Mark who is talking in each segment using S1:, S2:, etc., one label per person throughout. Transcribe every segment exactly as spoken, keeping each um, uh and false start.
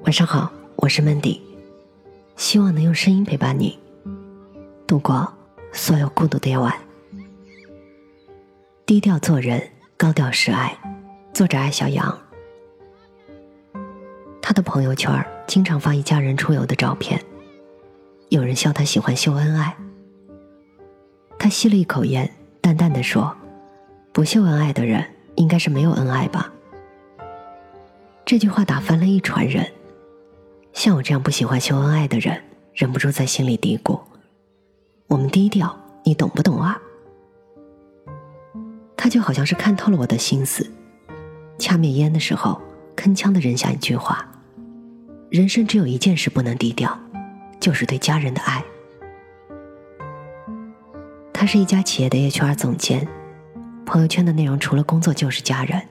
S1: 晚上好，我是 Mandy， 希望能用声音陪伴你度过所有孤独的夜晚。低调做人，高调示爱，作者艾小羊。他的朋友圈经常发一家人出游的照片，有人笑他喜欢秀恩爱。他吸了一口烟，淡淡地说，不秀恩爱的人应该是没有恩爱吧。这句话打翻了一船人，像我这样不喜欢秀恩爱的人忍不住在心里嘀咕，我们低调，你懂不懂啊？他就好像是看透了我的心思，掐灭烟的时候铿锵地扔下一句话，人生只有一件事不能低调，就是对家人的爱。他是一家企业的 H R 总监，朋友圈的内容除了工作就是家人。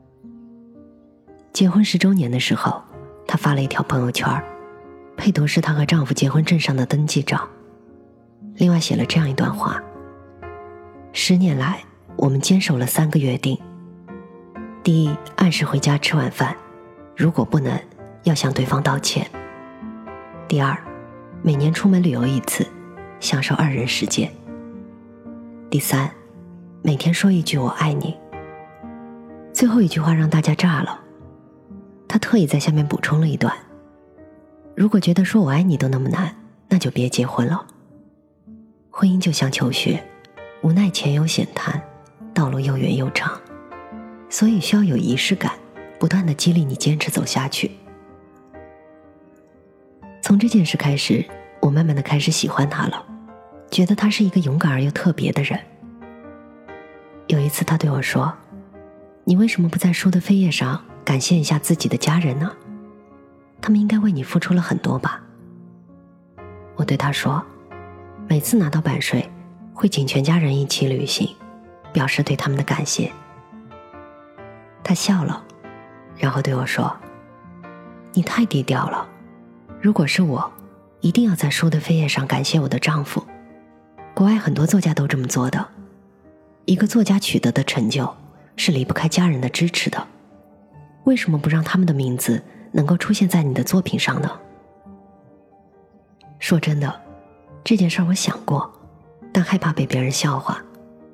S1: 结婚十周年的时候，她发了一条朋友圈，配图是她和丈夫结婚证上的登记照，另外写了这样一段话：十年来我们坚守了三个约定，第一，按时回家吃晚饭，如果不能要向对方道歉；第二，每年出门旅游一次，享受二人世界；第三，每天说一句我爱你。最后一句话让大家炸了，他特意在下面补充了一段，如果觉得说我爱你都那么难，那就别结婚了。婚姻就像求学，无奈前有险滩，道路又远又长，所以需要有仪式感，不断地激励你坚持走下去。从这件事开始，我慢慢地开始喜欢他了，觉得他是一个勇敢而又特别的人。有一次他对我说，你为什么不在书的扉页上感谢一下自己的家人呢？他们应该为你付出了很多吧。我对他说，每次拿到版税会请全家人一起旅行，表示对他们的感谢。他笑了，然后对我说，你太低调了，如果是我，一定要在书的扉页上感谢我的丈夫。国外很多作家都这么做的，一个作家取得的成就是离不开家人的支持的，为什么不让他们的名字能够出现在你的作品上呢？说真的，这件事我想过，但害怕被别人笑话。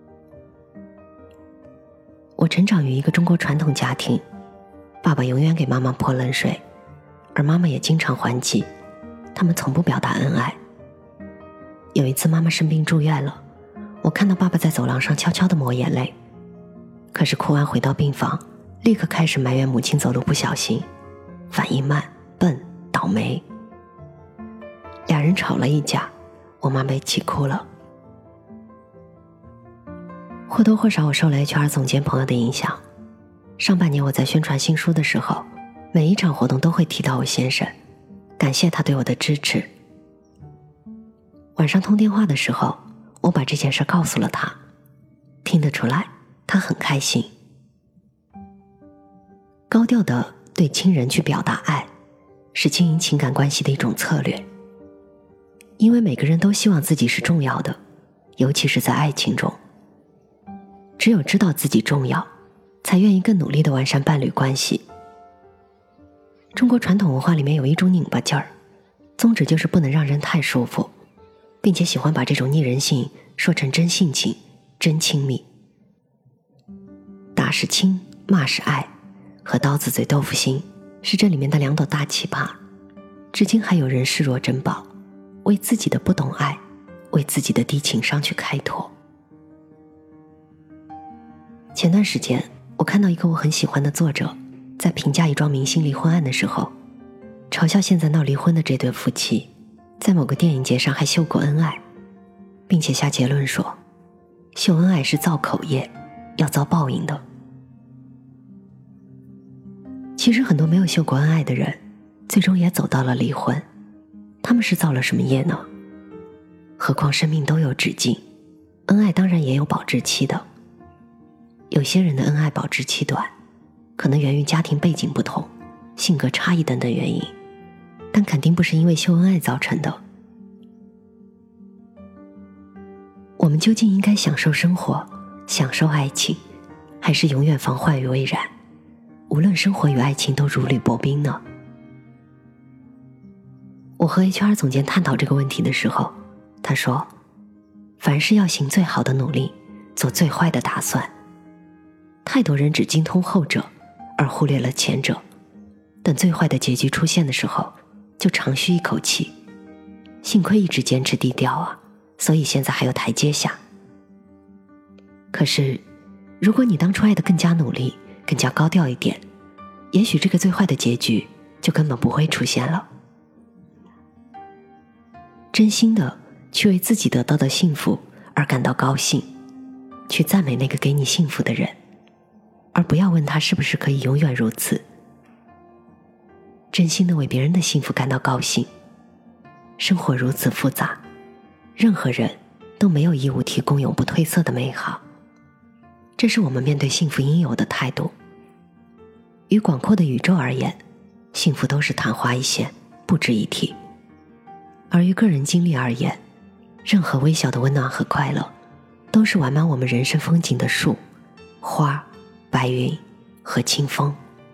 S1: 我成长于一个中国传统家庭，爸爸永远给妈妈泼冷水，而妈妈也经常还击，他们从不表达恩爱。有一次妈妈生病住院了，我看到爸爸在走廊上悄悄地抹眼泪，可是哭完回到病房，立刻开始埋怨母亲走路不小心，反应慢、笨、倒霉。俩人吵了一架，我妈被气哭了。或多或少我受了 H R 总监朋友的影响，上半年我在宣传新书的时候，每一场活动都会提到我先生，感谢他对我的支持。晚上通电话的时候，我把这件事告诉了他，听得出来他很开心。高调的对亲人去表达爱，是经营情感关系的一种策略。因为每个人都希望自己是重要的，尤其是在爱情中。只有知道自己重要，才愿意更努力地完善伴侣关系。中国传统文化里面有一种拧巴劲儿，宗旨就是不能让人太舒服，并且喜欢把这种逆人性说成真性情、真亲密。打是亲，骂是爱，和刀子嘴豆腐心是这里面的两朵大奇葩，至今还有人视若珍宝，为自己的不懂爱，为自己的低情商去开脱。前段时间我看到一个我很喜欢的作者在评价一桩明星离婚案的时候，嘲笑现在闹离婚的这对夫妻在某个电影节上还秀过恩爱，并且下结论说，秀恩爱是造口业，要遭报应的。其实很多没有秀过恩爱的人最终也走到了离婚，他们是造了什么业呢？何况生命都有止境，恩爱当然也有保质期的。有些人的恩爱保质期短，可能源于家庭背景不同、性格差异等等原因，但肯定不是因为秀恩爱造成的。我们究竟应该享受生活，享受爱情，还是永远防患于未然？无论生活与爱情都如履薄冰呢？ 我和 H R 总监探讨这个问题的时候，他说，凡事要行最好的努力，做最坏的打算。太多人只精通后者，而忽略了前者，等最坏的结局出现的时候，就长吁一口气，幸亏一直坚持低调啊，所以现在还有台阶下。可是如果你当初爱得更加努力，更加高调一点，也许这个最坏的结局就根本不会出现了。真心的去为自己得到的幸福而感到高兴，去赞美那个给你幸福的人，而不要问他是不是可以永远如此。真心的为别人的幸福感到高兴。生活如此复杂，任何人都没有义务提供永不褪色的美好，这是我们面对幸福应有的态度。于广阔的宇宙而言，幸福都是昙花一现，不值一提。而于个人经历而言，任何微小的温暖和快乐，都是完满我们人生风景的树、花、白云和清风。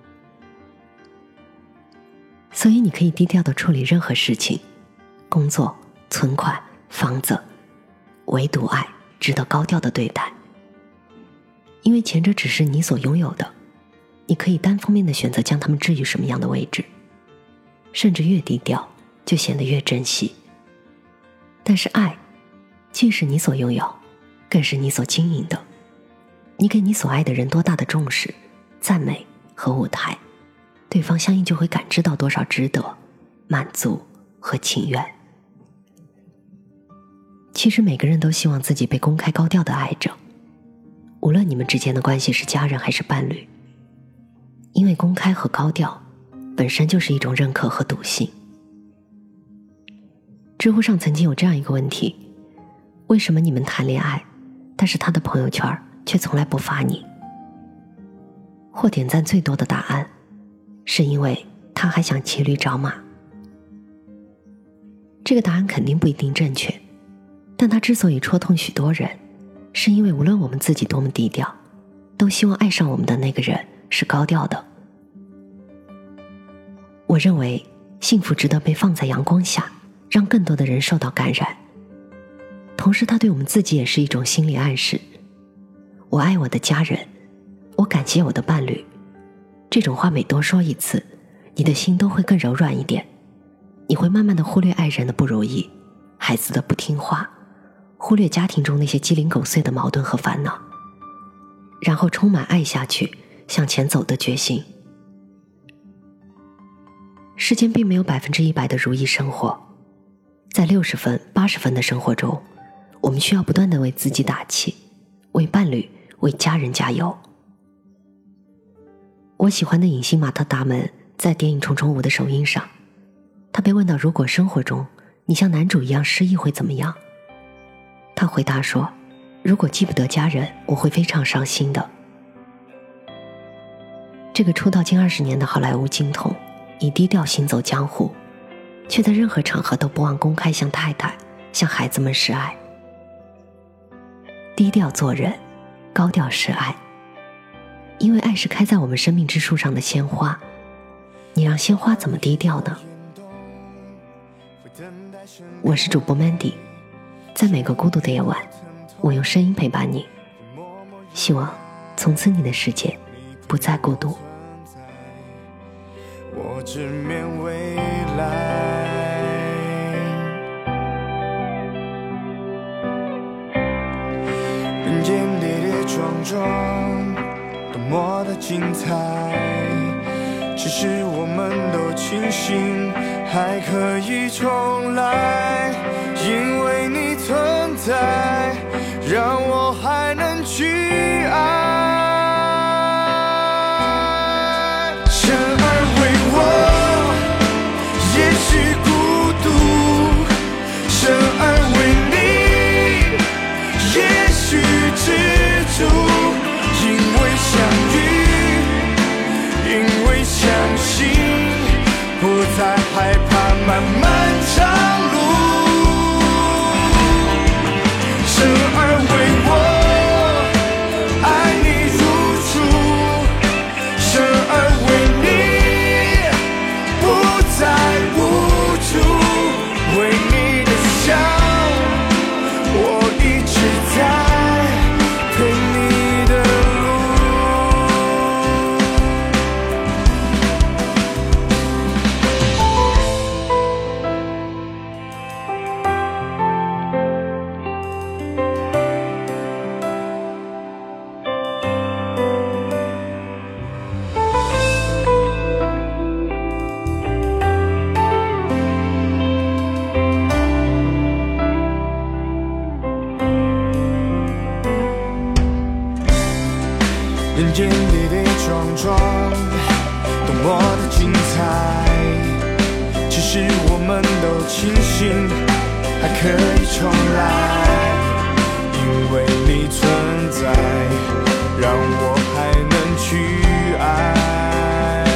S1: 所以你可以低调地处理任何事情，工作、存款、房子，唯独爱值得高调的对待。因为前者只是你所拥有的，你可以单方面的选择将它们置于什么样的位置，甚至越低调就显得越珍惜。但是爱既是你所拥有，更是你所经营的。你给你所爱的人多大的重视、赞美和舞台，对方相应就会感知到多少值得、满足和情愿。其实每个人都希望自己被公开高调的爱着，无论你们之间的关系是家人还是伴侣，因为公开和高调本身就是一种认可和笃信。知乎上曾经有这样一个问题，为什么你们谈恋爱，但是他的朋友圈却从来不发你？或点赞最多的答案是因为他还想骑驴找马。这个答案肯定不一定正确，但他之所以戳痛许多人，是因为无论我们自己多么低调，都希望爱上我们的那个人是高调的。我认为幸福值得被放在阳光下，让更多的人受到感染。同时它对我们自己也是一种心理暗示，我爱我的家人，我感谢我的伴侣。这种话每多说一次，你的心都会更柔软一点，你会慢慢的忽略爱人的不如意，孩子的不听话，忽略家庭中那些鸡零狗碎的矛盾和烦恼，然后充满爱下去向前走的决心。世间并没有百分之一百的如意生活，在六十分、八十分的生活中，我们需要不断地为自己打气，为伴侣、为家人加油。我喜欢的影星马特·达蒙在电影《虫虫五》的首映上，他被问到如果生活中你像男主一样失忆会怎么样？他回答说，如果记不得家人，我会非常伤心的。这个出道近二十年的好莱坞金童，以低调行走江湖，却在任何场合都不忘公开向太太、向孩子们示爱。低调做人，高调示爱。因为爱是开在我们生命之树上的鲜花，你让鲜花怎么低调呢？我是主播 Mandy， 在每个孤独的夜晚，我用声音陪伴你，希望从此你的世界不再孤独。
S2: 我直面未来，人间跌跌撞撞，多么的精彩，只是我们都庆幸还可以重来，因为你存在，让我还能去爱。生而为我，也许孤独，生而为你，也许知足，因为相遇，因为相信，不再害怕漫漫长路。生而为我，爱你么的精彩，其实我们都庆幸还可以重来，因为你存在，让我还能去爱。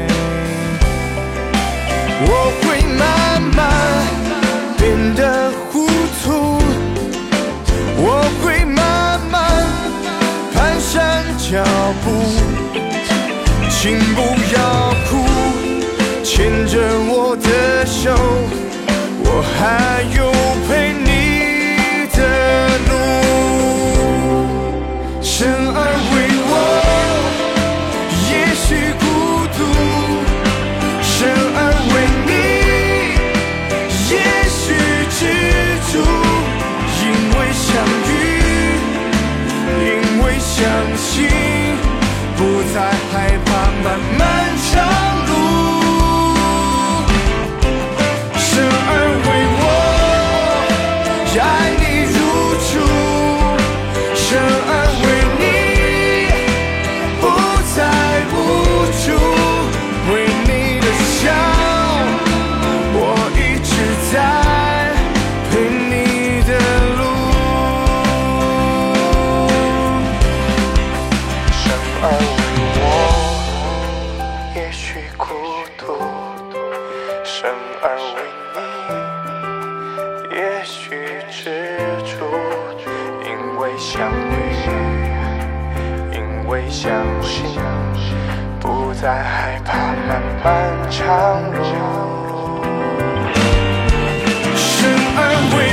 S2: 我会慢慢变得糊涂，我会慢慢蹒跚脚步，请不要哭，牵着我的手，我还有陪你的路。生而为我，也许孤独；生而为你，也许知足。因为相遇，因为相信，不再害怕漫漫长路。生而为我，爱你如初；生而为你，不再无助。为你的笑，我一直在陪你的路。生而为我，也许孤独；生而为你，也许知足。因为相遇，因为相信，不再害怕漫漫长路。生而为